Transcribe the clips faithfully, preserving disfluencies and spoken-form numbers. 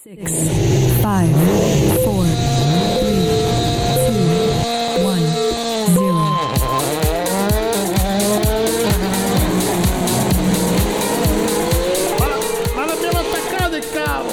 six, five, four, three, two, one, zero. Ma, ma l'abbiamo attaccato il cavo!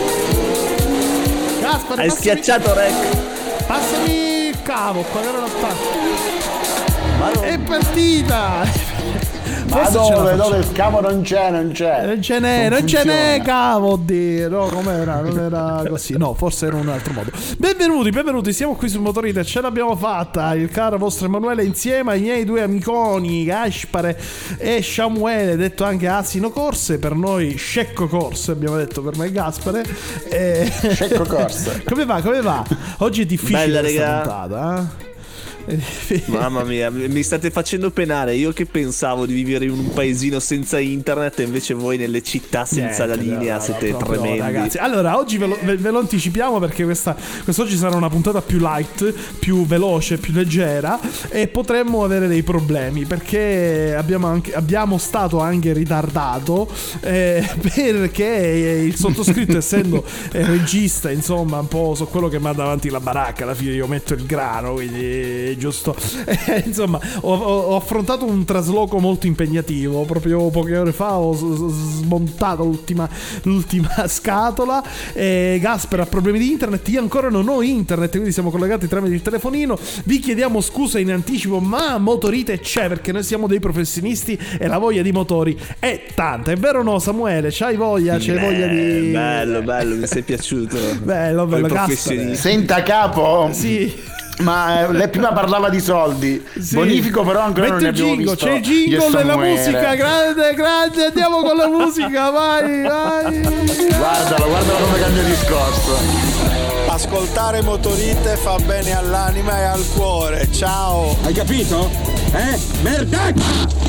Gaspare, Hai passami, schiacciato rec. passami il cavo qua che non attacco. Ma non... È partita! Ma Forse ce la dove, faccio. dove il cavo non c'è, non c'è. Non ce n'è, Non non ce n'è, funziona. cavo, oddio, no, com'era? Non era così, no, forse era un altro modo. Benvenuti, benvenuti, siamo qui su Motorite, ce l'abbiamo fatta, il caro vostro Emanuele insieme ai miei due amiconi, Gaspare e Samuele, detto anche Asino Corse, per noi Scecco Corse, abbiamo detto, per me Gaspare. E... Scecco Corse. Come va, come va? Oggi è difficile Bella, questa raga. puntata, eh? Mamma mia, mi state facendo penare. Io che pensavo di vivere in un paesino senza internet, e invece voi nelle città senza Niente, la linea no, no, siete proprio, tremendi. ragazzi. Allora, oggi ve lo, ve, ve lo anticipiamo perché questa quest'oggi sarà una puntata più light, più veloce, più leggera e potremmo avere dei problemi perché abbiamo, anche, abbiamo stato anche ritardato eh, perché il sottoscritto essendo eh, regista, insomma, un po' so quello che manda avanti la baracca, alla fine io metto il grano, quindi giusto. Eh, insomma, ho, ho, ho affrontato un trasloco molto impegnativo. Proprio poche ore fa ho s- s- smontato l'ultima, l'ultima scatola. E Gasper ha problemi di internet. Io ancora non ho internet, quindi siamo collegati tramite il telefonino. Vi chiediamo scusa in anticipo, ma Motorite c'è perché noi siamo dei professionisti e la voglia di motori è tanta. È vero o no, Samuele? C'hai voglia? C'hai Eh, voglia di. Bello, bello, mi sei piaciuto. Bello, bello, Coi Gasper. professionisti. Senta capo. Sì. Ma eh, lei prima parlava di soldi. Sì. Bonifico però ancora Metti non ne il abbiamo jingle, visto. c'è il io e jingle della Samuele. musica, grande, grande, andiamo con la musica, vai, vai. Guardalo, guardalo come cambia discorso. Ascoltare Motorite fa bene all'anima e al cuore. Ciao. Hai capito? Eh? Merdaccia!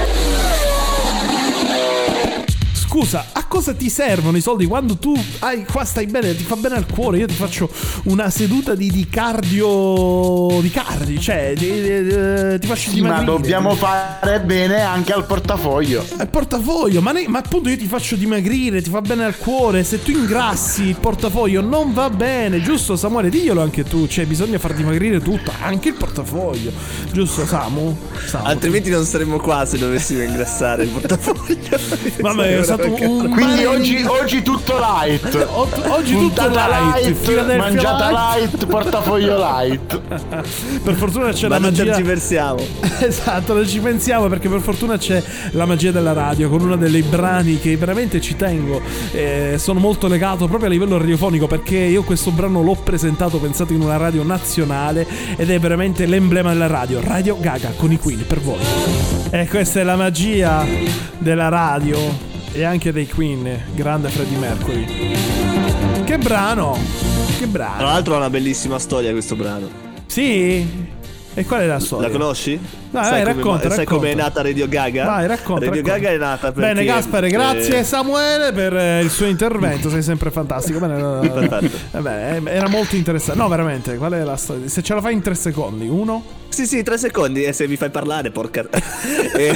Scusa, a cosa ti servono i soldi quando tu hai, qua stai bene, ti fa bene al cuore? Io ti faccio una seduta di, di cardio, di cardio, cioè ti, ti, ti faccio Sì, ma dimagrire. dobbiamo fare bene anche al portafoglio. Il portafoglio, ma, ne, ma appunto io ti faccio dimagrire, ti fa bene al cuore. Se tu ingrassi il portafoglio non va bene, giusto Samuele? Diglielo anche tu, cioè bisogna far dimagrire tutto, anche il portafoglio, giusto Samu? Samu Altrimenti non saremmo qua se dovessimo ingrassare il portafoglio. vabbè, è stato un Quindi male- oggi, oggi tutto light. O- oggi tutto Puntata light, Philadelphia mangiata light. light, portafoglio light. Per fortuna c'è Ma la non magia. tergiversiamo. Esatto, non ci pensiamo perché per fortuna c'è la magia della radio con uno dei brani che veramente ci tengo. Eh, sono molto legato proprio a livello radiofonico perché io questo brano l'ho presentato, pensato, in una radio nazionale ed è veramente l'emblema della radio. Radio Gaga con i Queen per voi. E questa è la magia della radio e anche dei Queen. Grande Freddie Mercury. Che brano! Che Tra brano! l'altro ha una bellissima storia questo brano. Sì? E qual è la storia? La conosci? Vai, sai vai, come, racconta, sai racconta. come è nata Radio Gaga? Vai, racconta. Radio racconta. Gaga è nata perché... Bene, Gaspare, grazie eh, Samuele per eh, il suo intervento. Sei sempre fantastico. Bene, eh, Perfetto. vabbè, era molto interessante. No, veramente, qual è la storia? Se ce la fai in tre secondi, uno. Sì, sì, tre secondi e se mi fai parlare, porca. Eh,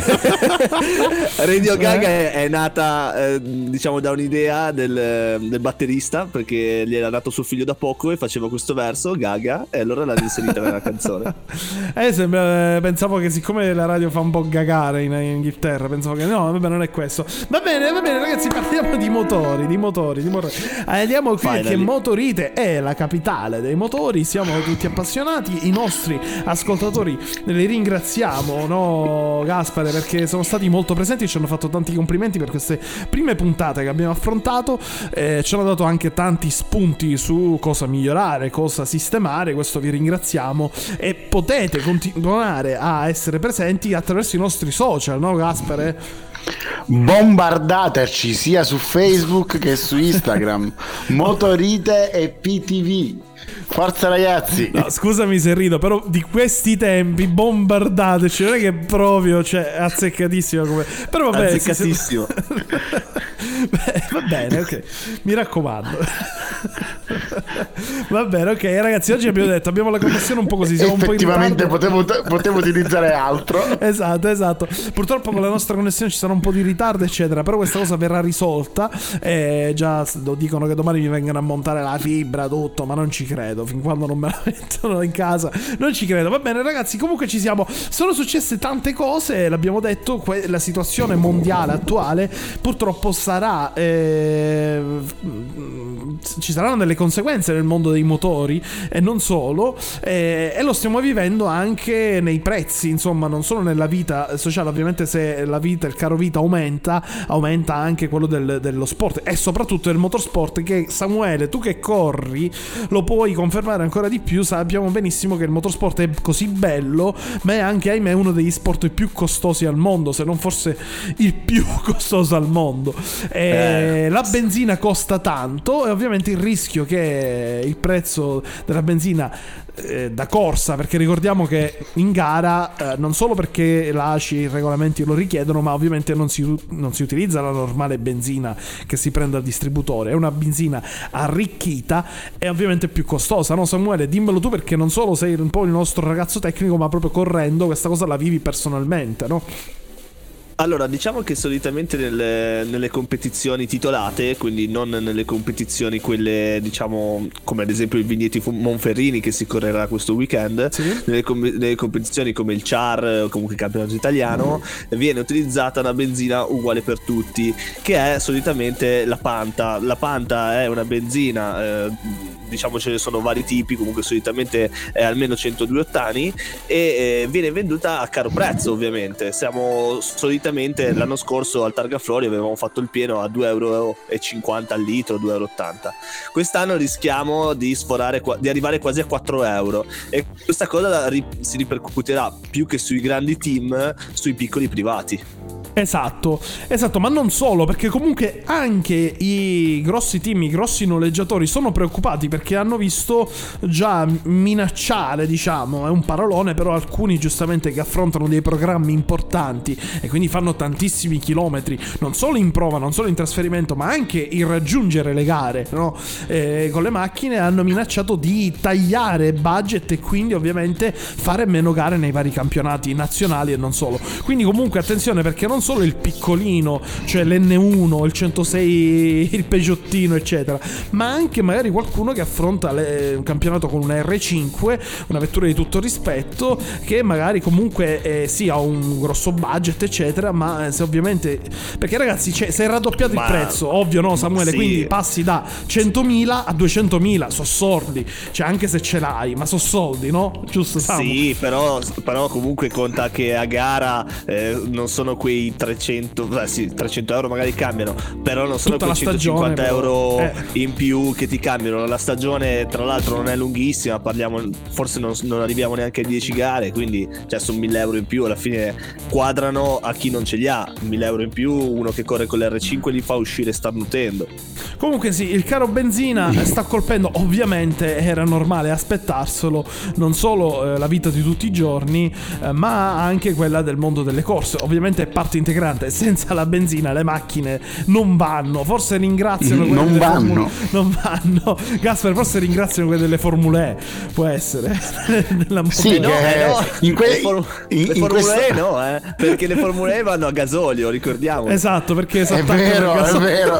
Radio Gaga è, è nata, eh, diciamo, da un'idea del, del batterista, perché gli era nato suo figlio da poco e faceva questo verso, Gaga, e allora l'ha inserita nella canzone. Eh, sembra, pensavo che siccome la radio fa un po' gagare in, in Inghilterra, pensavo che no, vabbè, non è questo. Va bene, va bene, ragazzi, parliamo di motori, di motori, di motori. Andiamo qui Finally. perché Motorite è la capitale dei motori, siamo tutti appassionati, i nostri ascoltatori li ringraziamo, no Gaspare, perché sono stati molto presenti e ci hanno fatto tanti complimenti per queste prime puntate che abbiamo affrontato, eh, ci hanno dato anche tanti spunti su cosa migliorare, cosa sistemare, questo vi ringraziamo e potete continuare a essere presenti attraverso i nostri social, no Gaspare? Bombardateci sia su Facebook che su Instagram. Motorite e P T V. Forza ragazzi. No, scusami se rido, però di questi tempi bombardateci, non è che proprio, cioè, azzeccatissimo come. Però vabbè, Azzeccatissimo. Beh, va bene, ok. Mi raccomando. Va bene, ok ragazzi, oggi abbiamo detto, abbiamo la connessione un po' così, siamo un po' in Effettivamente ritardo. potevo, potevo utilizzare altro. Esatto, esatto. Purtroppo con la nostra connessione ci sarà un po' di ritardo, eccetera. Però questa cosa verrà risolta. E già dicono che domani mi vengono a montare la fibra, tutto. Ma non ci credo. Fin quando non me la mettono in casa, non ci credo. Va bene, ragazzi. Comunque ci siamo. Sono successe tante cose. L'abbiamo detto. Que- la situazione mondiale attuale purtroppo sarà. Eh, ci saranno delle conseguenze nel mondo dei motori. E non solo. Eh, e lo stiamo vivendo anche nei prezzi, insomma, non solo nella vita sociale. Ovviamente se la vita, il caro vita aumenta, aumenta anche quello del, dello sport e soprattutto del motorsport, che Samuele, tu che corri lo puoi confermare ancora di più. Sappiamo benissimo che il motorsport è così bello, ma è anche, ahimè, uno degli sport più costosi al mondo, se non forse il più costoso al mondo. E eh. La benzina costa tanto e ovviamente il rischio che il prezzo della benzina eh, da corsa, perché ricordiamo che in gara eh, non solo perché l'A C I e i regolamenti lo richiedono, ma ovviamente non si, non si utilizza la normale benzina che si prende al distributore, è una benzina arricchita e ovviamente più costosa, no Samuele? Dimmelo tu, perché non solo sei un po' il nostro ragazzo tecnico, ma proprio correndo questa cosa la vivi personalmente, no? Allora, diciamo che solitamente nelle, nelle competizioni titolate, quindi non nelle competizioni quelle, diciamo, come ad esempio il Vigneti Monferrini che si correrà questo weekend, sì. nelle, com- nelle competizioni come il C A R o comunque il campionato italiano, mm. viene utilizzata una benzina uguale per tutti, che è solitamente la Panta. La Panta è una benzina, eh, diciamo ce ne sono vari tipi, comunque solitamente è almeno centodue ottani e eh, viene venduta a caro prezzo, ovviamente. Siamo solitamente l'anno scorso al Targa Florio avevamo fatto il pieno a due euro e cinquanta al litro, due euro e ottanta. Quest'anno rischiamo di sforare, di arrivare quasi a quattro euro, e questa cosa si ripercuoterà più che sui grandi team sui piccoli privati. Esatto, esatto, ma non solo, perché comunque anche i grossi team, i grossi noleggiatori sono preoccupati, perché hanno visto già minacciare, diciamo, è un parolone, però alcuni giustamente che affrontano dei programmi importanti e quindi fanno tantissimi chilometri, non solo in prova, non solo in trasferimento, ma anche in raggiungere le gare, no? Eh, con le macchine hanno minacciato di tagliare budget e quindi ovviamente fare meno gare nei vari campionati nazionali e non solo. Quindi comunque attenzione, perché non solo il piccolino, cioè l'N uno, il centosei, il Peugeottino eccetera, ma anche magari qualcuno che affronta le, un campionato con una R cinque, una vettura di tutto rispetto, che magari comunque eh, sì ha un grosso budget eccetera, ma se ovviamente, perché ragazzi cioè, se è raddoppiato ma... il prezzo, ovvio, no Samuele? Sì. Quindi passi da centomila a duecentomila, so soldi, cioè anche se ce l'hai, ma so soldi, no? Giusto Samu? Sì, però, però comunque conta che a gara eh, non sono quei trecento, beh, sì, trecento euro magari cambiano, però non sono tutta quei centocinquanta stagione, euro eh. in più che ti cambiano. La stagione tra l'altro non è lunghissima, parliamo forse non, non arriviamo neanche a dieci gare, quindi cioè sono mille euro in più, alla fine quadrano a chi non ce li ha. Mille euro in più, uno che corre con l'R cinque li fa uscire starnutendo. Comunque sì, il caro benzina sta colpendo, ovviamente era normale aspettarselo, non solo eh, la vita di tutti i giorni, eh, ma anche quella del mondo delle corse. Ovviamente è parte integrante, senza la benzina le macchine non vanno. Forse ringraziano quelle non delle vanno formule... non vanno Gasper, forse ringraziano quelle delle Formule E, può essere. Sì, no, che eh, no. in que... le, for... in, le in Formule questa... E no, eh, perché le Formule E vanno a gasolio, ricordiamo. Esatto, perché è vero, è vero.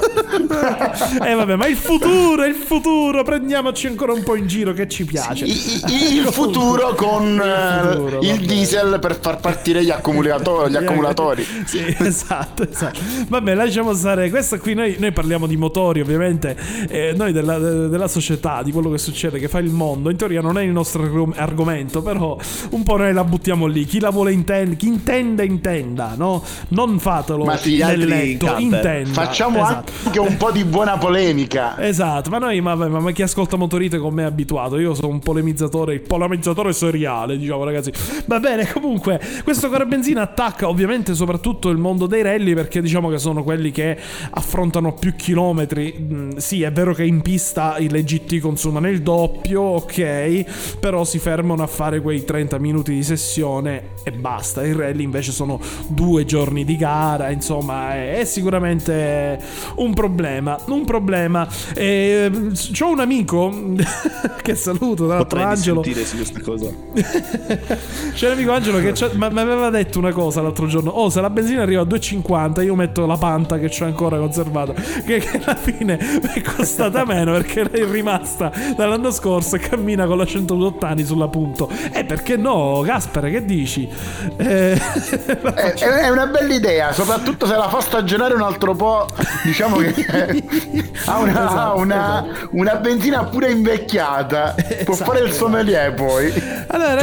Eh vabbè, ma il futuro, è il futuro, prendiamoci ancora un po' in giro, che ci piace. Sì, il, il futuro con il, futuro, il diesel per far partire gli accumulatori, gli accumulatori. Sì, esatto, esatto. Vabbè, lasciamo stare. Questo qui noi, noi parliamo di motori, ovviamente. Eh, noi della, della società, di quello che succede, che fa il mondo. In teoria non è il nostro argomento, però un po' noi la buttiamo lì. Chi la vuole intendere, chi intende intenda, no? Non fatelo ma sì, nel letto, intenda. Facciamo esatto. anche un po' di buona polemica. Esatto, ma noi, ma, ma, ma chi ascolta Motorite con me è abituato. Io sono un polemizzatore, il polemizzatore seriale, diciamo, ragazzi. Va bene, comunque, questo caro benzina attacca ovviamente soprattutto soprattutto il mondo dei rally, perché diciamo che sono quelli che affrontano più chilometri. Mm, sì, è vero che in pista i G T consumano il doppio, ok, però si fermano a fare quei trenta minuti di sessione e basta. I rally invece sono due giorni di gara, insomma è, è sicuramente un problema, un problema. E, c'ho un amico che saluto, tra l'altro, Angelo. Su questa cosa. C'è un amico Angelo che mi aveva detto una cosa l'altro giorno: oh, se la benzina arriva a due e cinquanta io metto la Panta che c'ho ancora conservata, che, che alla fine è costata meno perché è rimasta dall'anno scorso e cammina con la centodue anni sulla punto. E eh, perché no, Gaspare, che dici? Eh, è, è una bella idea, soprattutto se la fa stagionare un altro po', diciamo che ha una, esatto, ha una, esatto. una benzina pure invecchiata, può esatto, fare il sommelier poi. Allora,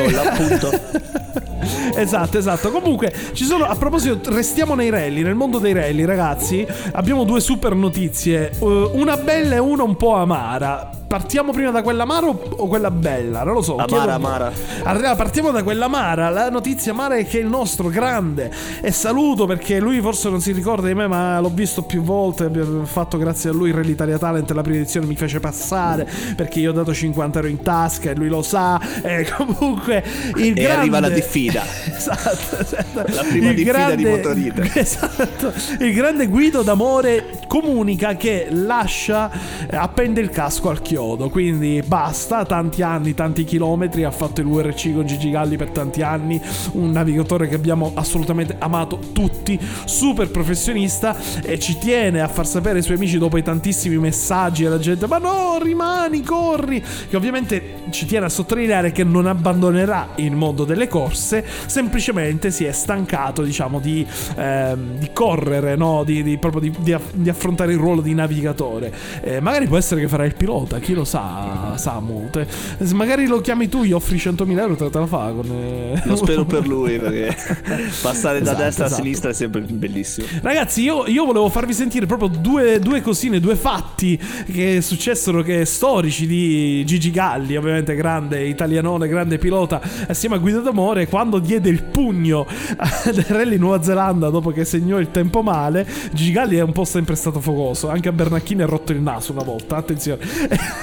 esatto, esatto. Comunque, ci sono, a proposito, restiamo nei rally, nel mondo dei rally, ragazzi. Abbiamo due super notizie, uh, una bella e una un po' amara. Partiamo prima da quella amara o quella bella? Non lo so. Amara, amara. Allora, partiamo da quella amara. La notizia amara è che il nostro grande, e saluto perché lui forse non si ricorda di me, ma l'ho visto più volte. Abbiamo fatto, grazie a lui, il Rally Italia Talent. La prima edizione mi fece passare perché io ho dato cinquanta euro in tasca e lui lo sa. E comunque il e grande... arriva la diffida. Esatto, esatto. La prima il diffida grande... di Motorite. Esatto. Il grande Guido d'Amore comunica che lascia, appende il casco al chiodo. Quindi basta, tanti anni, tanti chilometri. Ha fatto il U R C con Gigi Galli per tanti anni, un navigatore che abbiamo assolutamente amato tutti, super professionista, e ci tiene a far sapere ai suoi amici, dopo i tantissimi messaggi alla gente: ma no, rimani, corri, che ovviamente ci tiene a sottolineare che non abbandonerà il mondo delle corse, semplicemente si è stancato, diciamo, di, ehm, di correre, no? di, di, proprio di, di, di affrontare il ruolo di navigatore. Eh, magari può essere che farà il pilota, chi lo sa, Samu. Te, magari lo chiami tu, gli offri centomila euro, te, te la fa con... Eh... Lo spero per lui, perché passare da esatto, destra esatto. a sinistra è sempre bellissimo. Ragazzi, io, io volevo farvi sentire proprio due, due cosine, due fatti che successero, che storici, di Gigi Galli, ovviamente grande italianone, grande pilota, assieme a Guido d'Amore, quando diede il pugno del Rally Nuova Zelanda dopo che segnò il tempo male. Gigi Galli è un po' sempre stato focoso, anche a Bernacchini ha rotto il naso una volta, attenzione.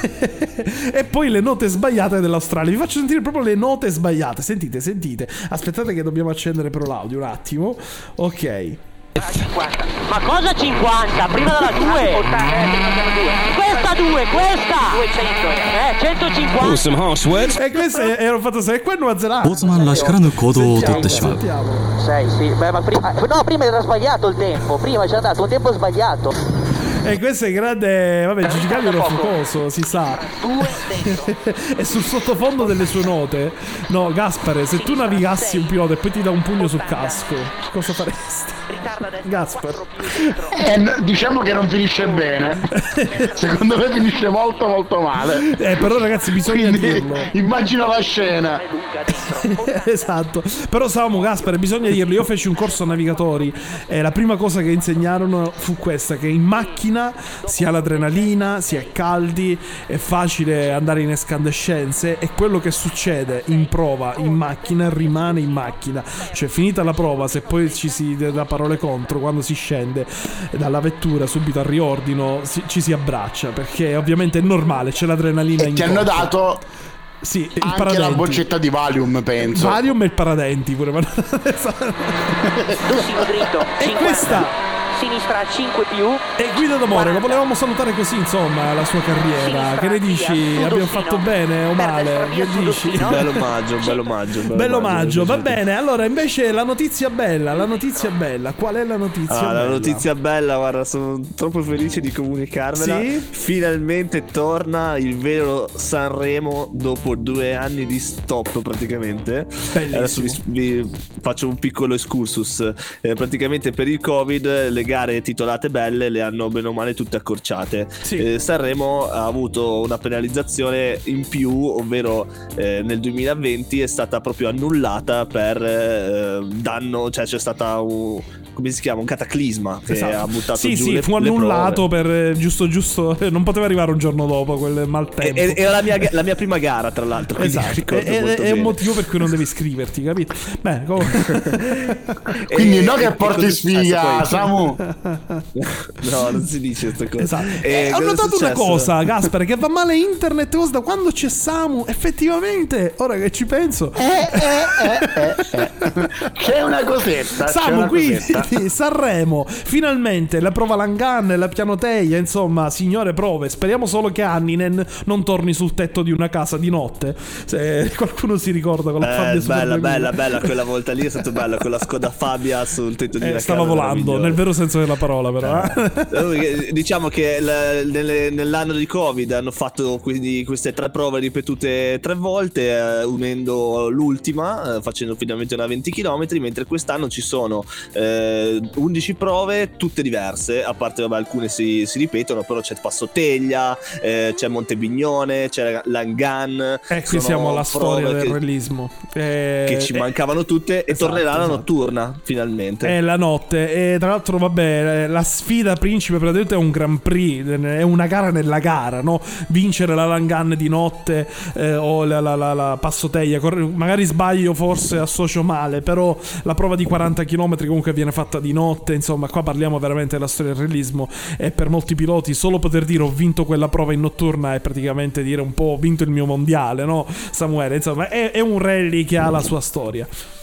E poi le note sbagliate dell'Australia. Vi faccio sentire proprio le note sbagliate. Sentite, sentite. Aspettate che dobbiamo accendere però l'audio un attimo. Ok. cinquanta. Ma cosa cinquanta? Prima della due. Questa due, questa duecento. Eh, centocinquanta. E questo ero fatto sapere. Qua è Nuova Zelanda. ボツマンらしからぬ行動をとってしまう。 sei, sì. Beh, ma prima, no, prima era sbagliato il tempo. Prima c'era dato un tempo sbagliato. E questo è grande. Vabbè, Gigi Galli era focoso, si sa. E sul sottofondo delle sue note. No, Gaspare, se tu navigassi un pilota e poi ti dà un pugno sul casco, cosa faresti? Gaspare. Eh, diciamo che non finisce bene. Secondo me finisce molto molto male. Eh, però ragazzi, bisogna Quindi, dirlo. immagino la scena. Esatto. Però Samu, Gaspare, bisogna dirlo. Io feci un corso a navigatori e la prima cosa che insegnarono fu questa: che in macchina si ha l'adrenalina, si è caldi, è facile andare in escandescenze, e quello che succede in prova in macchina rimane in macchina. Cioè, finita la prova, se poi ci si dà parole contro, quando si scende dalla vettura subito al riordino si, ci si abbraccia, perché ovviamente è normale, c'è l'adrenalina e in ti corsa. hanno dato sì, il anche paradenti. la boccetta di Valium, penso. Valium e il paradenti pure. Ma... e questa sinistra cinque più. E Guido d'Amore, lo volevamo salutare così, insomma, la sua carriera. Sinistra, che ne dici? Via, abbiamo fatto bene o male? Che dici? Bello omaggio, bello omaggio. Bello, bello omaggio, va bene. Allora, invece la notizia bella, la notizia bella. Qual è la notizia ah, bella? La notizia bella, guarda, sono troppo felice di comunicarvela. Sì? Finalmente torna il vero Sanremo dopo due anni di stop praticamente. Bellissimo. Adesso vi, vi faccio un piccolo excursus. Eh, praticamente per il Covid le gare titolate belle le hanno bene o male tutte accorciate. Sì. eh, Sanremo ha avuto una penalizzazione in più, ovvero eh, nel duemilaventi è stata proprio annullata per eh, danno, cioè c'è stata un, come si chiama, un cataclisma che Esatto. ha buttato sì, giù sì, le, fu le annullato prove. per eh, giusto giusto non poteva arrivare un giorno dopo quel maltempo. E- Era la mia, la mia prima gara, tra l'altro. quindi Esatto, ricordo è, molto è un bene. motivo per cui non devi iscriverti, capito? Beh, comunque. Quindi E- no e- che e porti cosa è sfiga, successo poi? Samu. No, non si dice queste cose. Esatto. E Eh, ho cosa è notato una successo? cosa, Gaspare, che va male internet. Cosa da quando c'è Samu? Effettivamente, ora che ci penso, Eh, eh, eh, eh, eh. C'è una cosetta. c'è Samu una qui cosetta. Sanremo, finalmente la prova Langan e la pianoteia, insomma, signore prove. Speriamo solo che Anninen non torni sul tetto di una casa di notte. Se qualcuno si ricorda con la Eh, Fabia Super bella, duemila. bella, bella quella volta lì, è stato bello con la Skoda Fabia sul tetto di Eh, una stava casa volando, meravigliosa. nel vero senso della parola, però. eh. Diciamo che l- nelle- nell'anno di Covid hanno fatto quindi queste tre prove ripetute tre volte, eh, unendo l'ultima, eh, facendo finalmente una venti chilometri, mentre quest'anno ci sono eh, undici prove, tutte diverse, a parte vabbè, alcune si, si ripetono, però c'è Passoteglia, eh, c'è Montebignone, c'è Langan. E qui sono siamo alla storia prove del che, realismo. Eh, che ci eh, mancavano tutte e esatto, tornerà la esatto. notturna finalmente. È la notte. E tra l'altro, vabbè, la sfida principe praticamente è un Grand Prix, è una gara nella gara, no? Vincere la Langan di notte eh, o la, la, la, la Passoteglia. Corre- magari sbaglio, forse associo male, però la prova di quaranta chilometri comunque viene fatta di notte. Insomma, qua parliamo veramente della storia del realismo. E per molti piloti solo poter dire ho vinto quella prova in notturna è praticamente dire un po' ho vinto il mio mondiale, no? Samuele, insomma, è, è un rally che ha la sua storia.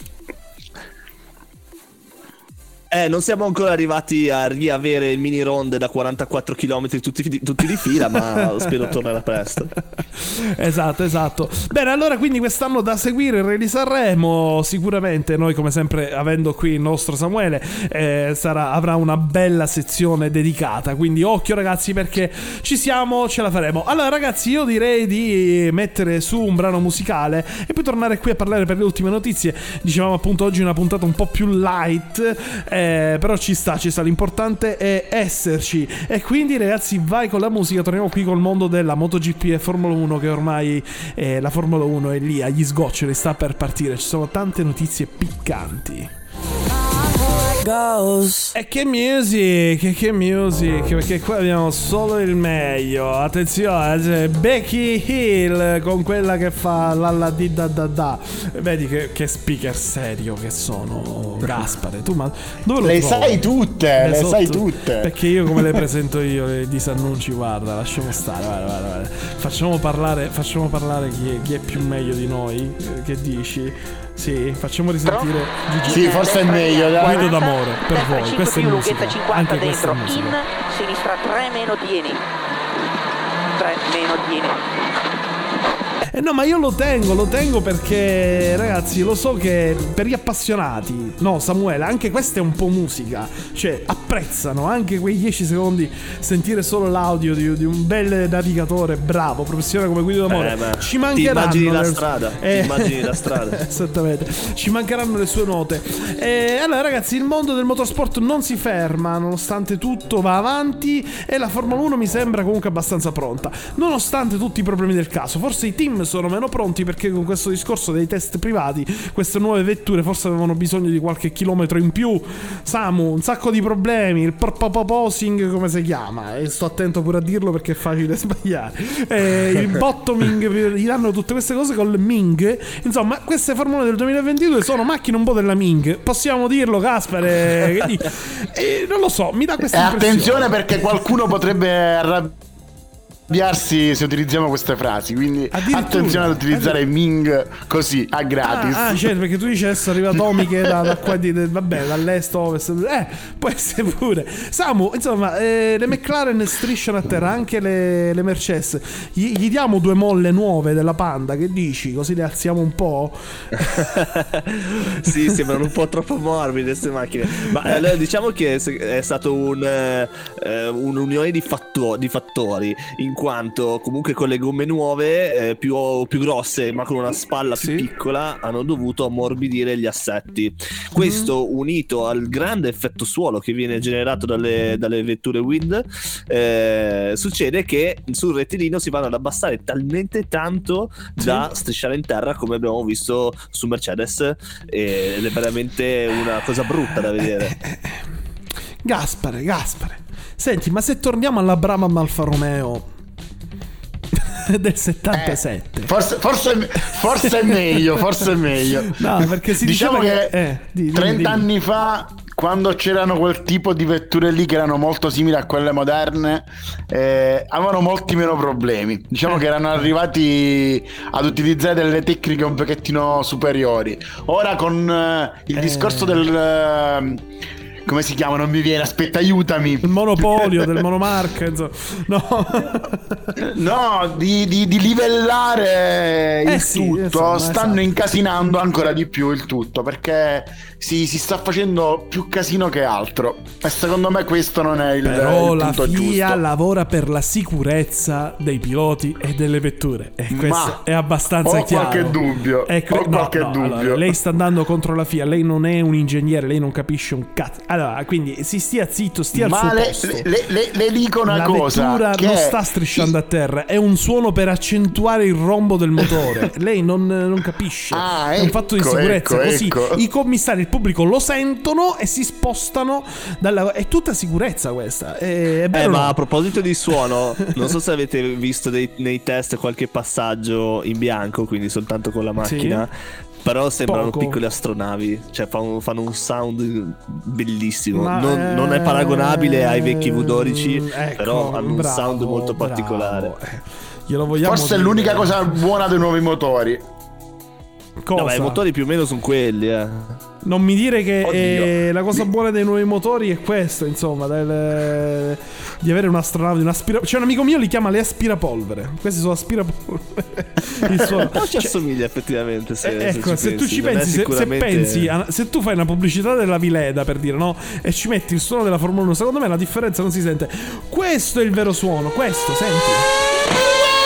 Eh, non siamo ancora arrivati a riavere il mini ronde da quarantaquattro chilometri tutti, tutti di fila, ma spero tornerà presto. Esatto, esatto. Bene, allora quindi quest'anno da seguire il Re di Sanremo. Sicuramente noi, come sempre, avendo qui il nostro Samuele, eh, sarà, avrà una bella sezione dedicata. Quindi occhio ragazzi, perché ci siamo, ce la faremo. Allora ragazzi, io direi di mettere su un brano musicale e poi tornare qui a parlare per le ultime notizie. Dicevamo appunto oggi una puntata un po' più light, eh, però ci sta, ci sta. L'importante è esserci. E quindi ragazzi, vai con la musica. Torniamo qui col mondo della MotoGP e Formula uno, che ormai eh, la Formula uno è lì agli sgoccioli, sta per partire. Ci sono tante notizie piccanti. E che music, che music, perché qua abbiamo solo il meglio. Attenzione, c'è Becky Hill con quella che fa la la di da da da. Vedi che, che speaker serio che sono, Gaspare. Tu ma dove lo Le trovi? sai tutte, le sotto- sai tutte. Perché io come le presento io i disannunci, guarda, lasciamo stare, guarda, guarda, guarda. Facciamo parlare, facciamo parlare chi è, chi è più meglio di noi. Che dici? Sì, facciamo risentire Gigi. Sì, forse è meglio, dai. Guido d'amore per destra voi, cinque questa è più, musica, lunghezza cinquanta anche questa dentro, è musica. in, sinistra tre meno tieni, tre meno tieni. Eh no, ma io lo tengo, lo tengo perché, ragazzi, lo so che per gli appassionati, no, Samuele, anche questa è un po' musica. Cioè, apprezzano anche quei dieci secondi sentire solo l'audio di, di un bel navigatore bravo, professionale come Guido d'amore. Eh, beh, Ci ti mancheranno immagini la le- strada, ti Eh, immagini la strada. Esattamente, ci mancheranno le sue note. E allora ragazzi, il mondo del motorsport non si ferma, nonostante tutto va avanti e la Formula uno mi sembra comunque abbastanza pronta, nonostante tutti i problemi del caso. Forse i team sono meno pronti perché con questo discorso dei test privati queste nuove vetture forse avevano bisogno di qualche chilometro in più. Samu, un sacco di problemi, il porpoposing come si chiama, e sto attento pure a dirlo perché è facile sbagliare, e il bottoming, gli danno tutte queste cose con il Ming. Insomma, queste Formule del duemilaventidue sono macchine un po' della Ming, possiamo dirlo, Gaspare? Che dici? E non lo so, mi dà questa E impressione. attenzione, perché qualcuno potrebbe arrabbiarsi se utilizziamo queste frasi, quindi Addirittura. attenzione ad utilizzare Ming così a gratis. Ah, ah, certo, perché tu dici adesso arriva Atomiche da, da qua di, de- vabbè, dall'est, ovest. Eh, può essere pure. Samu, insomma, eh, le McLaren strisciano a terra, anche le, le Mercedes. Gli, gli diamo due molle nuove della Panda, che dici? Così le alziamo un po'. Sì, sembrano un po' troppo morbide queste macchine. Ma allora, diciamo che è stato un, eh, un'unione di, fatto- di fattori in quanto comunque con le gomme nuove, eh, più, più grosse ma con una spalla Sì. più piccola, hanno dovuto ammorbidire gli assetti. Questo Mm. unito al grande effetto suolo che viene generato dalle, dalle vetture Wind, eh, succede che sul rettilineo si vanno ad abbassare talmente tanto da strisciare in terra, come abbiamo visto su Mercedes, ed è veramente una cosa brutta da vedere. Gaspare, Gaspare. Senti, ma se torniamo alla Brabham Alfa Romeo del settantasette. Eh, forse, forse, forse è meglio, forse è meglio. No, perché si diciamo diceva che, che- eh, di- di- trenta di- anni fa, quando c'erano quel tipo di vetture lì che erano molto simili a quelle moderne, eh, avevano molti meno problemi. Diciamo Eh. che erano arrivati ad utilizzare delle tecniche un pochettino superiori. Ora con eh, il Eh. discorso del eh, come si chiama? Non mi viene, aspetta, aiutami. Il monopolio del monomarca, insomma. No. No, di, di- di livellare Eh il sì, tutto, insomma, stanno esatto. incasinando ancora di più il tutto, perché si, si sta facendo più casino che altro, e secondo me questo non è il, Però il la punto F I A giusto. lavora per la sicurezza dei piloti e delle vetture, e questo Ma è abbastanza ho chiaro. qualche dubbio, È que- ho qualche dubbio. allora, lei sta andando contro la F I A, lei non è un ingegnere, lei non capisce un cazzo. Allora, quindi si stia zitto, stia al Ma suo le, posto. le- le- le dico una La cosa, vettura che non sta strisciando a terra, è un suono per accentuare il rombo del motore. Lei non, non capisce. Ah, è un fatto di ecco, sicurezza. ecco, Così ecco. i commissari, il pubblico lo sentono e si spostano dalla... È tutta sicurezza questa. È, è vero Eh, o no? ma a proposito di suono, non so se avete visto dei- nei test qualche passaggio in bianco, quindi soltanto con la macchina. Però sembrano Poco. piccole astronavi, cioè fanno, fanno un sound bellissimo. Ma, non, non è paragonabile ai vecchi V dodici, ecco, però hanno un bravo, sound molto bravo. particolare. Eh, glielo vogliamo forse è dire. l'unica cosa buona dei nuovi motori. Cosa? No, ma i motori più o meno sono quelli, eh. Non mi dire che Oddio. eh, la cosa buona dei nuovi motori è questo, insomma, del- di avere un'astronave, un aspira... C'è un amico mio, li chiama le aspirapolvere. Questi sono aspirapolvere. Il suono. Non ci Cioè, assomiglia effettivamente. Se, eh, ecco, se, se, tu ci non è pensi, se, se sicuramente- pensi, a- se tu fai una pubblicità della Vileda, per dire, no? E ci metti il suono della Formula uno, secondo me la differenza non si sente. Questo è il vero suono, questo, senti.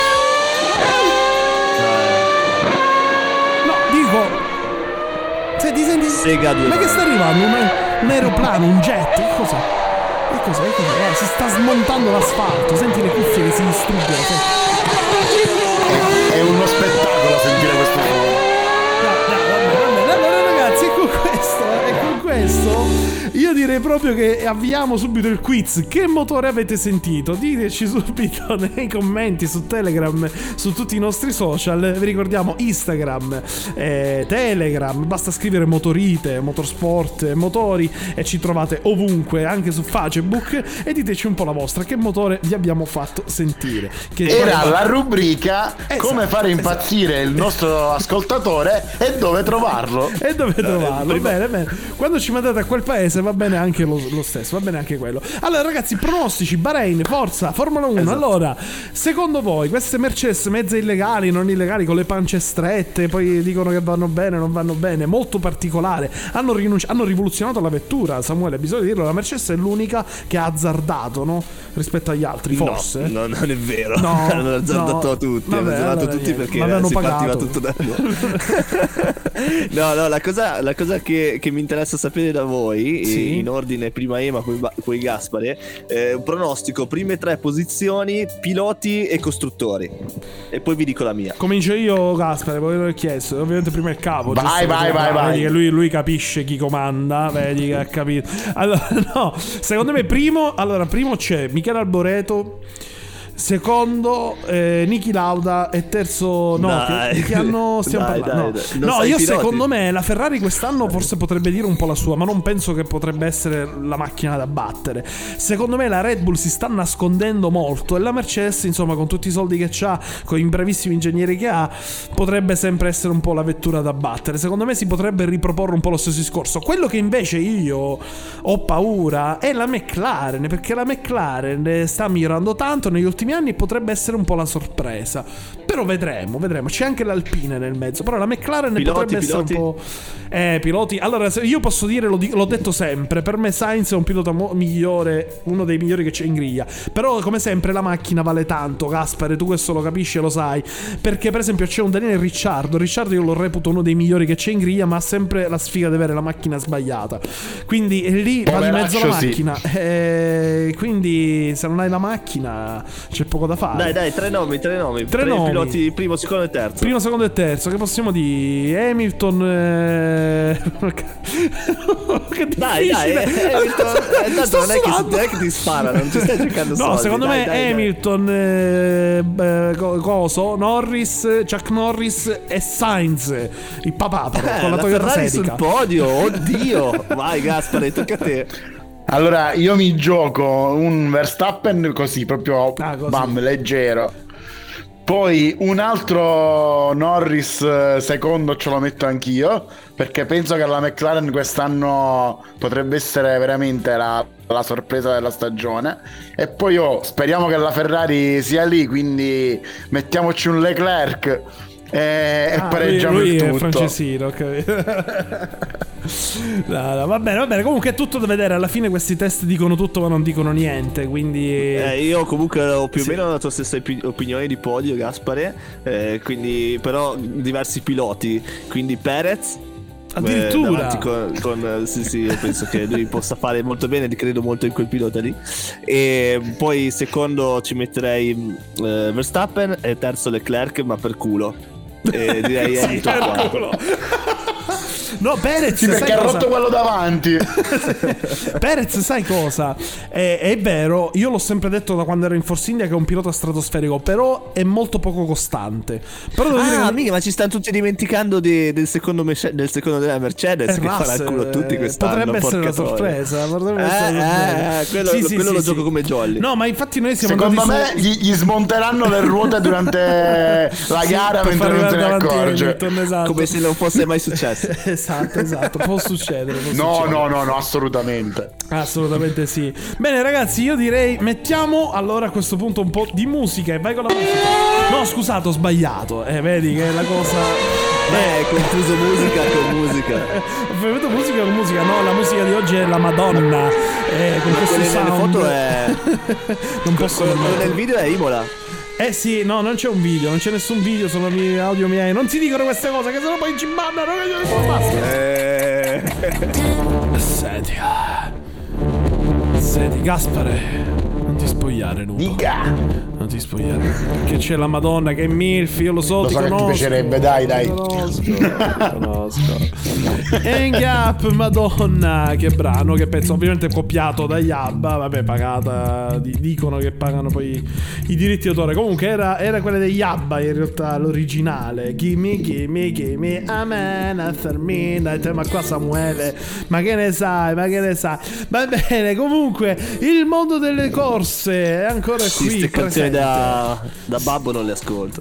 No, dico. Senti, senti. Sega due Ma che mani. sta arrivando? Un, un aeroplano, un jet? Che cos'è? Che cos'è? Che cos'è? Eh, si sta smontando l'asfalto. Senti le cuffie che si distruggono. Senti. È, è uno spettacolo sentire questo suono. No, no, vabbè, vabbè. Allora, ragazzi, e con questo, e con questo io direi proprio che avviamo subito il quiz. Che motore avete sentito? Diteci subito nei commenti su Telegram, su tutti i nostri social. Vi ricordiamo Instagram, eh, Telegram, basta scrivere Motorite, Motorsport, Motori, e ci trovate ovunque, anche su Facebook. E diteci un po' la vostra, che motore vi abbiamo fatto sentire. Che Era la rubrica Esatto, come fare impazzire il nostro ascoltatore e dove trovarlo. E dove trovarlo? prima- Bene, bene. Quando ci mandate a quel paese va bene anche lo, lo stesso, va bene anche quello. Allora, ragazzi, pronostici: Bahrain, forza, Formula uno. Esatto. Allora, secondo voi queste Mercedes mezze illegali, non illegali, con le pance strette, poi dicono che vanno bene, non vanno bene, molto particolare. Hanno, rinunci- hanno rivoluzionato la vettura, Samuele, bisogna dirlo. La Mercedes è l'unica che ha azzardato, no? Rispetto agli altri, forse. No, no, non è vero. No, hanno azzardato no. tutti. Vabbè, hanno azzardato allora tutti niente. perché Ma avevano si partiva pagato. tutto da no, no, la cosa, la cosa che, che mi interessa sapere da voi, Sì. in ordine prima Ema, poi, Ba- poi Gaspare, eh, un pronostico, prime tre posizioni, piloti e costruttori. E poi vi dico la mia. Comincio io, Gaspare, poi l'ho chiesto. Ovviamente prima il capo. Vai, giusto? vai, vai, vai. Vedi che lui, lui capisce chi comanda. Vedi che ha capito. Allora, no, secondo me primo, allora, primo c'è Michele Alboreto. Secondo eh, Niki Lauda. E terzo no, Dai. che, che anno stiamo Dai, parlando? dai, No, dai. Non no, sai io i piloti? secondo me la Ferrari quest'anno forse potrebbe dire un po' la sua, ma non penso che potrebbe essere la macchina da battere. Secondo me la Red Bull si sta nascondendo molto, e la Mercedes, insomma, con tutti i soldi che ha, con i bravissimi ingegneri che ha, potrebbe sempre essere un po' la vettura da battere. Secondo me si potrebbe riproporre un po' lo stesso discorso. Quello che invece io ho paura è la McLaren, perché la McLaren sta migliorando tanto negli ultimi anni e potrebbe essere un po' la sorpresa. Però vedremo, vedremo. C'è anche l'Alpine nel mezzo. Però la McLaren Piloti, potrebbe piloti. essere un po'. Eh, piloti. Allora, se io posso dire, lo di- l'ho detto sempre. Per me Sainz è un pilota mo- migliore, uno dei migliori che c'è in griglia. Però, come sempre, la macchina vale tanto, Gaspare. Tu questo lo capisci e lo sai. Perché, per esempio, c'è un Daniele Ricciardo. Ricciardo io lo reputo uno dei migliori che c'è in griglia, ma ha sempre la sfiga di avere la macchina sbagliata. Quindi eh, lì va di mezzo la Poveraccio, sì. macchina. Eh, quindi, se non hai la macchina, c'è poco da fare. Dai, dai, tre nomi, tre nomi. Tre nomi. piloti, primo, secondo e terzo. Primo, secondo e terzo, che possiamo dire? Hamilton. Eh... che Dai, dai, difficile. eh, Hamilton, eh, tanto Sto non è che, sudando. non è che ti spara, non ci stai cercando No, soldi. secondo dai, me dai, dai. Hamilton, eh, beh, co- coso, Norris, Chuck Norris e Sainz, il papà Eh, con la la Toyota Ferrari Sedica. sul podio, oddio. Vai Gaspare, tocca a te. Allora, io mi gioco un Verstappen così, proprio Ah, così. bam, leggero. Poi un altro Norris eh, secondo ce lo metto anch'io, perché penso che la McLaren quest'anno potrebbe essere veramente la, la sorpresa della stagione. E poi oh, speriamo che la Ferrari sia lì, quindi mettiamoci un Leclerc e, e Ah, pareggiamo lui, lui il è tutto. francesino, ok. No, no, va bene, va bene. Comunque è tutto da vedere. Alla fine questi test dicono tutto ma non dicono niente. Quindi Eh, io comunque ho più o Sì. meno la tua stessa opi- opinione di podio, Gaspare. Eh, quindi, però, diversi piloti. Quindi Perez. Addirittura. eh, davanti con, con- sì, sì, io penso che lui possa fare molto bene. Credo molto in quel pilota lì. E poi, secondo, ci metterei eh, Verstappen. E terzo, Leclerc, ma per culo. E direi Sì, Hamilton per quarto. culo. No, Perez, Sì, perché sai ha cosa? rotto quello davanti. Perez, sai cosa? È, è vero, io l'ho sempre detto da quando ero in Force India che è un pilota stratosferico, però è molto poco costante. Però devo dire Ah, che mica, ma ci stanno tutti dimenticando di- del, secondo Merce- del secondo della Mercedes è che farà il Russell, culo a tutti eh, quest'anno. potrebbe essere una porca troia. sorpresa. Potrebbe Eh, essere una sorpresa. eh, eh, quello- Sì, sì, quello sì, lo sì. gioco come jolly. No, ma infatti noi siamo Secondo andati me su- gli, gli smonteranno le ruote durante la Sì, gara per mentre far non se arrivare ne davanti accorge. Hamilton, esatto. Come se non fosse mai successo. Esatto, esatto, può succedere. può No, succedere. no, no, no, assolutamente. Assolutamente sì. Bene ragazzi, io direi mettiamo allora a questo punto un po' di musica e vai con la musica. No, scusate, ho sbagliato. Eh, vedi che è la cosa. Beh, confuso musica con musica. Ho fatto musica con musica. No, la musica di oggi è la Madonna. Eh, con questo Quelle nelle sound. foto è. Non posso Quello permettere. nel video è Imola. Eh sì, no, non c'è un video, non c'è nessun video, sono i audio miei. Non si dicono queste cose, che sennò poi ci bannano. Che io basta. Eh. Senti. ah. Senti, Gaspare, non ti spogliare, Nuno. Dica. Non ti spogliare. Perché c'è la Madonna che è Milf, io lo so, Lo ti so che ti conosco. piacerebbe, dai, dai. Ti conosco, ti conosco. Hang Up, Madonna, che brano, che pezzo, ovviamente copiato da Yabba, vabbè, pagata, di- dicono che pagano poi i diritti d'autore. Comunque era, era quella degli Yabba in realtà, l'originale. Gimme, gimme, gimme, amen, after midnight. Ma qua Samuele, ma che ne sai, ma che ne sai. Va bene, comunque, il mondo delle corse è ancora Sì, qui, queste canzoni presente. da, da babbo non le ascolto.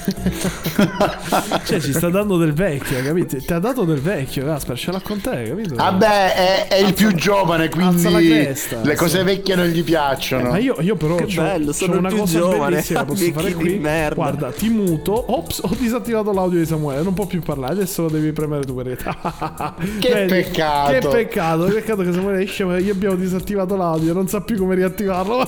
Cioè ci sta dando del vecchio, capito? Ti ha dato del vecchio, Gaspar, ce l'ha con te, capito? Vabbè, è, è il più giovane, alza la quindi cresta, le sì. cose vecchie non gli piacciono. Ma io, io però Che c'ho, bello, c'ho sono una il più cosa giovane, bellissima, posso vecchi fare di qui. merda. Guarda, ti muto. Ops, ho disattivato l'audio di Samuele, non può più parlare, adesso lo devi premere tu perché... Che peccato. Che peccato, peccato che Samuele esce, ma io abbiamo disattivato l'audio, non sa più come riattivarlo.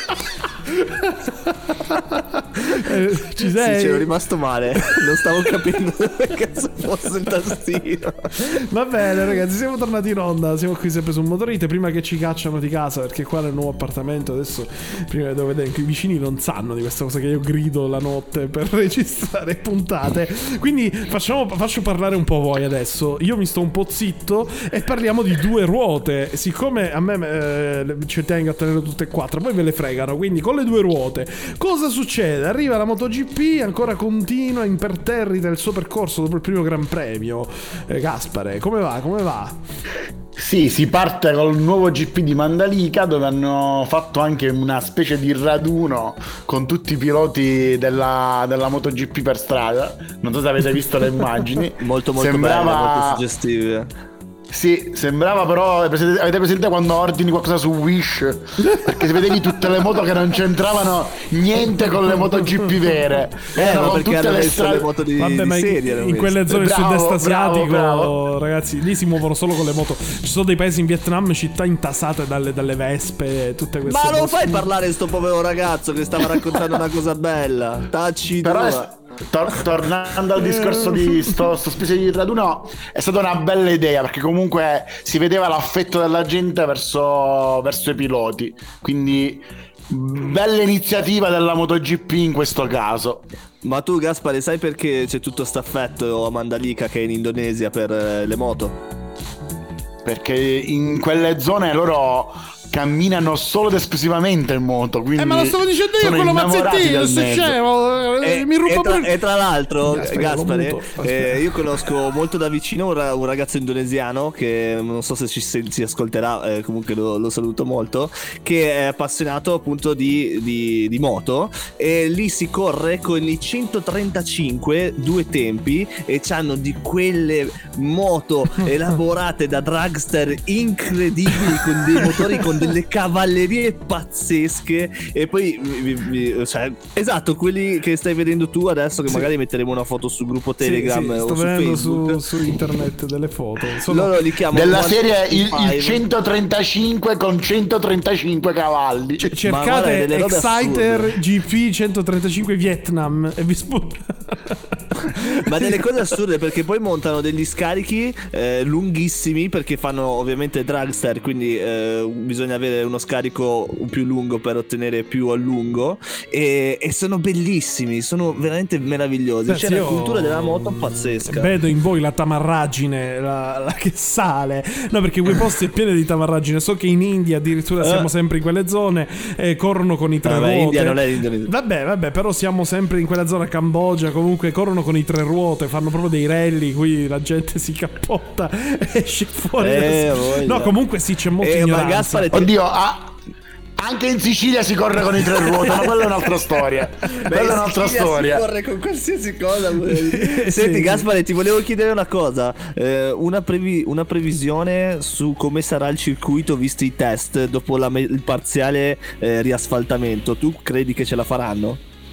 Eh, ci sei? Sì, c'ero rimasto male. Non stavo capendo dove cazzo fosse il tastino. Va bene ragazzi, siamo tornati in onda. Siamo qui sempre su Motorite. Prima che ci cacciano di casa, perché qua nel nuovo appartamento adesso, prima devo vedere che i vicini non sanno di questa cosa che io grido la notte per registrare puntate. Quindi facciamo, faccio parlare un po' voi adesso. Io mi sto un po' zitto e parliamo di due ruote. Siccome a me eh, ci tengo a tenere tutte e quattro, poi ve le fregano. Quindi con le due ruote cosa succede? Arriva la MotoGP, ancora continua imperterrita il suo percorso dopo il primo Gran Premio. eh, Gaspare, come va? Come va? Sì, si parte col nuovo G P di Mandalika, dove hanno fatto anche una specie di raduno con tutti i piloti della, della MotoGP per strada. Non so se avete visto le immagini. Molto molto Sembrava... belle, molto suggestive. Sì, sembrava però. Avete presente quando ordini qualcosa su Wish? Perché se vedevi tutte le moto che non c'entravano niente con le MotoGP vere. Eh, Erano ma con perché tutte hanno le messo strade. le moto di, Vabbè, di ma in- serie. hanno in quelle messo. zone del Bravo, sud-est asiatico, bravo, bravo. ragazzi, lì si muovono solo con le moto. Ci sono dei paesi in Vietnam, città intasate dalle, dalle vespe, tutte queste Ma non cose. fai parlare sto povero ragazzo che stava raccontando una cosa bella. Tacci Però tua. è- tor- tornando al discorso di sto, sto specie di raduno, è stata una bella idea perché comunque si vedeva l'affetto della gente verso, verso i piloti. Quindi bella iniziativa della MotoGP in questo caso. Ma tu Gaspare sai perché c'è tutto staffetto a Mandalika che è in Indonesia per eh, le moto? Perché in quelle zone loro camminano solo ed esclusivamente in moto. Quindi Eh, ma lo stavo dicendo io, sono quello innamorati mazzettino, del sto mezzo. scemo. E, Mi ruba e tra, pure- e tra l'altro, Aspetta, Gaspare, l'ho muto. eh, io conosco molto da vicino un, ra- un ragazzo indonesiano che non so se ci se- si ascolterà, eh, comunque lo, lo saluto molto, che è appassionato appunto di, di, di moto e lì si corre con i centotrentacinque due tempi e c'hanno di quelle moto elaborate da dragster incredibili con dei motori con delle cavallerie pazzesche e poi vi- vi- cioè, esatto, quelli che stai vedendo tu adesso che Sì. magari metteremo una foto sul gruppo Sì, Telegram sì, o sto su vedendo Facebook. su, su internet delle foto. Sono- Loro li chiamano Della one serie il, il fifty-five. centotrentacinque con centotrentacinque cavalli. C- Ma cercate guarda, delle robe Exciter assurde. G P centotrentacinque Vietnam e vi spunta. Ma delle cose assurde perché poi montano degli scarichi eh, lunghissimi perché fanno ovviamente dragster, quindi eh, bisogna avere uno scarico più lungo per ottenere più a lungo e, e sono bellissimi, sono veramente meravigliosi. Ragazzi, C'è una io cultura della moto pazzesca. Vedo in voi la tamarragine, la, la che sale. No, perché quei posti è pieno di tamarragine. So che in India addirittura siamo Eh. sempre in quelle zone e corrono con i tre Vabbè, ruote. India non è l'Indonesia. Vabbè, vabbè, però siamo sempre in quella zona Cambogia. Comunque corrono con i tre ruote, fanno proprio dei rally. Qui la gente si cappotta e esce fuori. Eh, da- voglia. No, comunque sì, c'è molta Eh, ma ignoranza. Gaspare ti- Oddio, ah, anche in Sicilia si corre con i tre ruote, ma quella è un'altra storia. Beh, Quella è in un'altra Sicilia storia. Si corre con qualsiasi cosa. Senti, Sì. Gaspare, ti volevo chiedere una cosa: eh, una, previ- una previsione su come sarà il circuito visto i test dopo la me- il parziale eh, riasfaltamento. Tu credi che ce la faranno?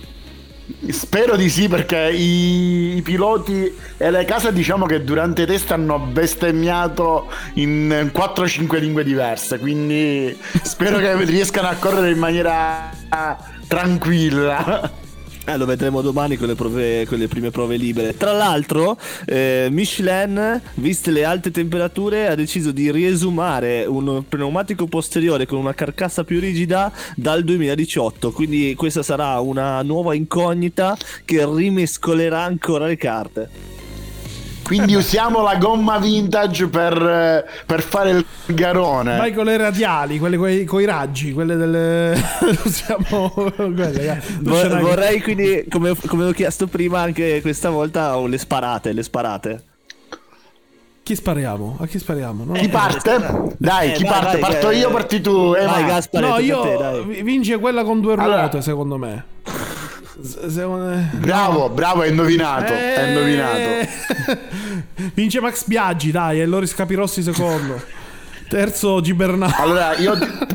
Spero di sì, perché i, i piloti e le case diciamo che durante i test hanno bestemmiato in quattro cinque lingue diverse, quindi spero che riescano a correre in maniera ah, tranquilla. Eh, lo vedremo domani con le, prove, con le prime prove libere. Tra l'altro, eh, Michelin, viste le alte temperature, ha deciso di riesumare un pneumatico posteriore con una carcassa più rigida dal duemiladiciotto. Quindi questa sarà una nuova incognita che rimescolerà ancora le carte. Quindi usiamo la gomma vintage per, per fare il garone. Vai con le radiali, quelle coi, coi raggi, quelle delle. Usiamo quelle. dai. Tu Vo- ce l'hai- vorrei quindi, come, come ho chiesto prima, anche questa volta oh, le sparate, le sparate. Chi spariamo? A chi spariamo? No? Chi parte? Dai, Eh, chi vai, parte? vai, Parto eh, io, parti tu. Eh, vai, ma- Gaspare, No, tocca a io te, dai. vi- vince quella con due ruote, Allora- secondo me. S- secondo me. Bravo, bravo, hai indovinato. Hai Eh, indovinato. Vince Max Biaggi, dai, e Loris Capirossi secondo. Terzo Gibernau. Allora, io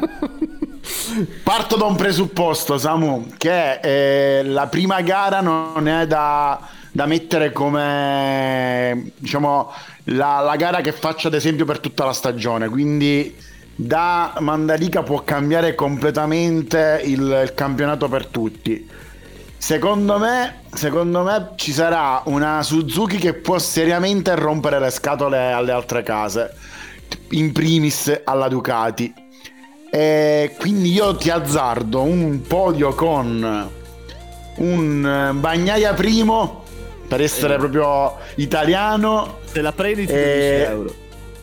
parto da un presupposto, Samu, che eh, la prima gara non è da, da mettere come, diciamo, la, la gara che faccio ad esempio per tutta la stagione, quindi da Mandalika può cambiare completamente il, il campionato per tutti. Secondo me, secondo me ci sarà una Suzuki che può seriamente rompere le scatole alle altre case, in primis alla Ducati. E quindi io ti azzardo un podio con un Bagnaia primo, per essere proprio italiano. Se la prendi ti do Eh, dieci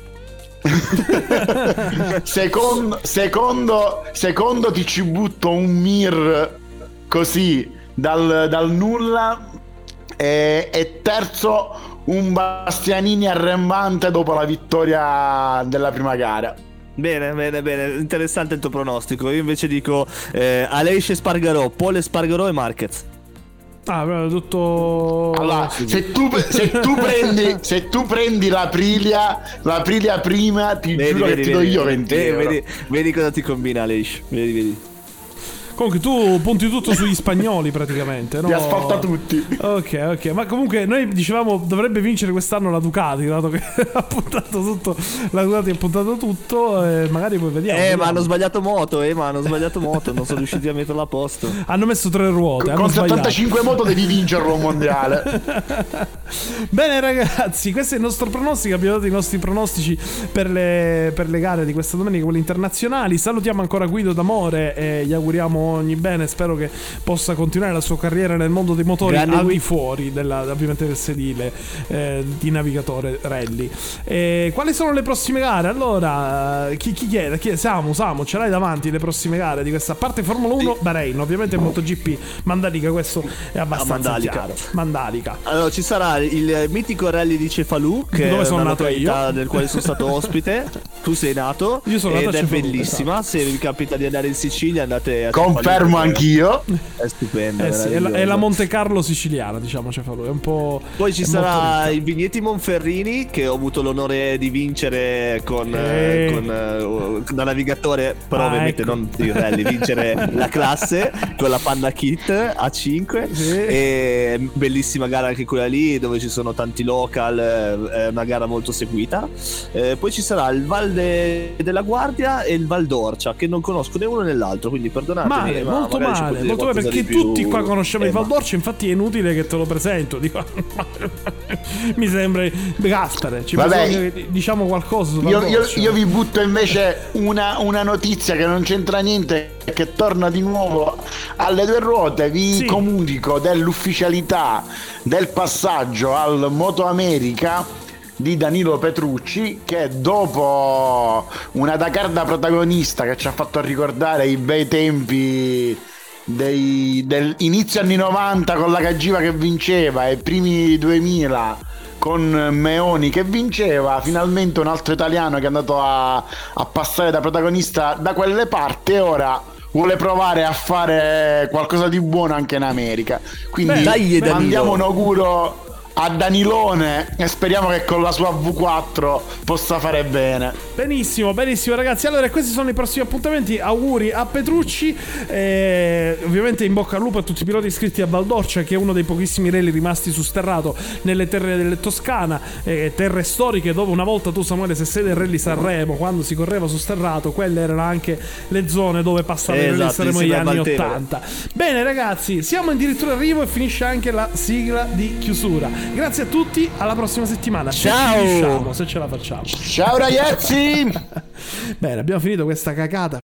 euro. secondo, secondo, secondo ti ci butto un Mir così dal, dal nulla. E, e terzo un Bastianini arrembante dopo la vittoria della prima gara. Bene, bene, bene, interessante il tuo pronostico. Io invece dico eh, Aleix Espargarò, Paul Espargarò e Marquez. Ah, però tutto. Allora, se tu, se tu prendi se tu prendi l'Aprilia, l'Aprilia prima, ti Vedi, giuro vedi, che ti vedi, do io vedi, venti vedi, euro. vedi, vedi cosa ti combina Leish. Vedi, vedi. Comunque tu punti tutto sugli spagnoli praticamente, no? Li asfalta tutti. Ok, ok, ma comunque noi dicevamo dovrebbe vincere quest'anno la Ducati, dato che ha puntato tutto, la Ducati ha puntato tutto, e magari poi vediamo. Eh, vediamo. ma hanno sbagliato moto, eh, ma hanno sbagliato moto, non sono riusciti a metterla a posto. Hanno messo tre ruote, hanno Con sbagliato. settantacinque moto devi vincerlo un mondiale. Bene ragazzi, questo è il nostro pronostico. Abbiamo dato i nostri pronostici per le, per le gare di questa domenica, quelle internazionali. Salutiamo ancora Guido D'Amore e gli auguriamo ogni bene. Spero che possa continuare la sua carriera nel mondo dei motori, Grande al di Guido. fuori della, ovviamente del sedile eh, di navigatore rally. E quali sono le prossime gare? Allora, chi, chi chiede? Chi è? Samu, Samu, ce l'hai davanti le prossime gare di questa parte? Formula uno, Sì. Bahrain, ovviamente MotoGP Mandalica, questo è abbastanza Mandalica. chiaro. Mandalica. Allora, ci sarà il mitico rally di Cefalù, che Dove è sono una nato località io. nel quale sono stato ospite. Tu sei nato. Io sono nato ed a è Cefalù, bellissima. Se vi capita di andare in Sicilia, andate a Confermo Cefalù, perché anch'io. È stupenda. Eh sì, è la, è la meravigliosa. Monte Carlo siciliana, diciamo, Cefalù. È un po'. Poi ci è sarà molto ricca. il Vigneti Monferrini, che ho avuto l'onore di vincere con, Eh. eh, con eh, da navigatore, però Ah, ovviamente ecco. non il rally, vincere la classe con la Panda Kit A cinque. Sì. E bellissima gara anche quella lì, dove ci sono tanti local, eh, è una gara molto seguita. Eh, poi ci sarà il Val de- della Guardia e il Val d'Orcia, che non conosco né uno né l'altro, quindi perdonatemi. Male, ma molto magari ci male, potete molto male, qualcosa perché di più. tutti qua conosciamo Eh, il ma- Valdorcia, infatti è inutile che te lo presento. Dico, mi sembra Gaspare, ci Vabbè, bisogna che diciamo qualcosa su Io, io- Valdorcia. io vi butto invece una, una notizia che non c'entra niente, che torna di nuovo alle due ruote. Vi Sì. comunico dell'ufficialità del passaggio al Moto America di Danilo Petrucci, che dopo una Dakar da protagonista che ci ha fatto ricordare i bei tempi dei, del inizio anni novanta con la Cagiva che vinceva e primi duemila con Meoni che vinceva, finalmente un altro italiano che è andato a, a passare da protagonista da quelle parti e ora vuole provare a fare qualcosa di buono anche in America. Quindi Beh, dai, Danilo. mandiamo un auguro a Danilone e speriamo che con la sua V quattro possa fare bene. Benissimo, benissimo ragazzi. Allora questi sono i prossimi appuntamenti. Auguri a Petrucci, eh, ovviamente in bocca al lupo a tutti i piloti iscritti a Valdorcia, che è uno dei pochissimi rally rimasti su sterrato nelle terre delle Toscana, eh, terre storiche dove una volta, tu Samuele, se sei del rally Sanremo, quando si correva su sterrato, quelle erano anche le zone dove passava il rally Esatto, Sanremo negli insieme a anni Valtero. ottanta. Bene ragazzi, siamo addirittura arrivo e finisce anche la sigla di chiusura. Grazie a tutti, alla prossima settimana. Se Ciao. ci riusciamo, se ce la facciamo. Ciao ragazzi! Bene, abbiamo finito questa cacata.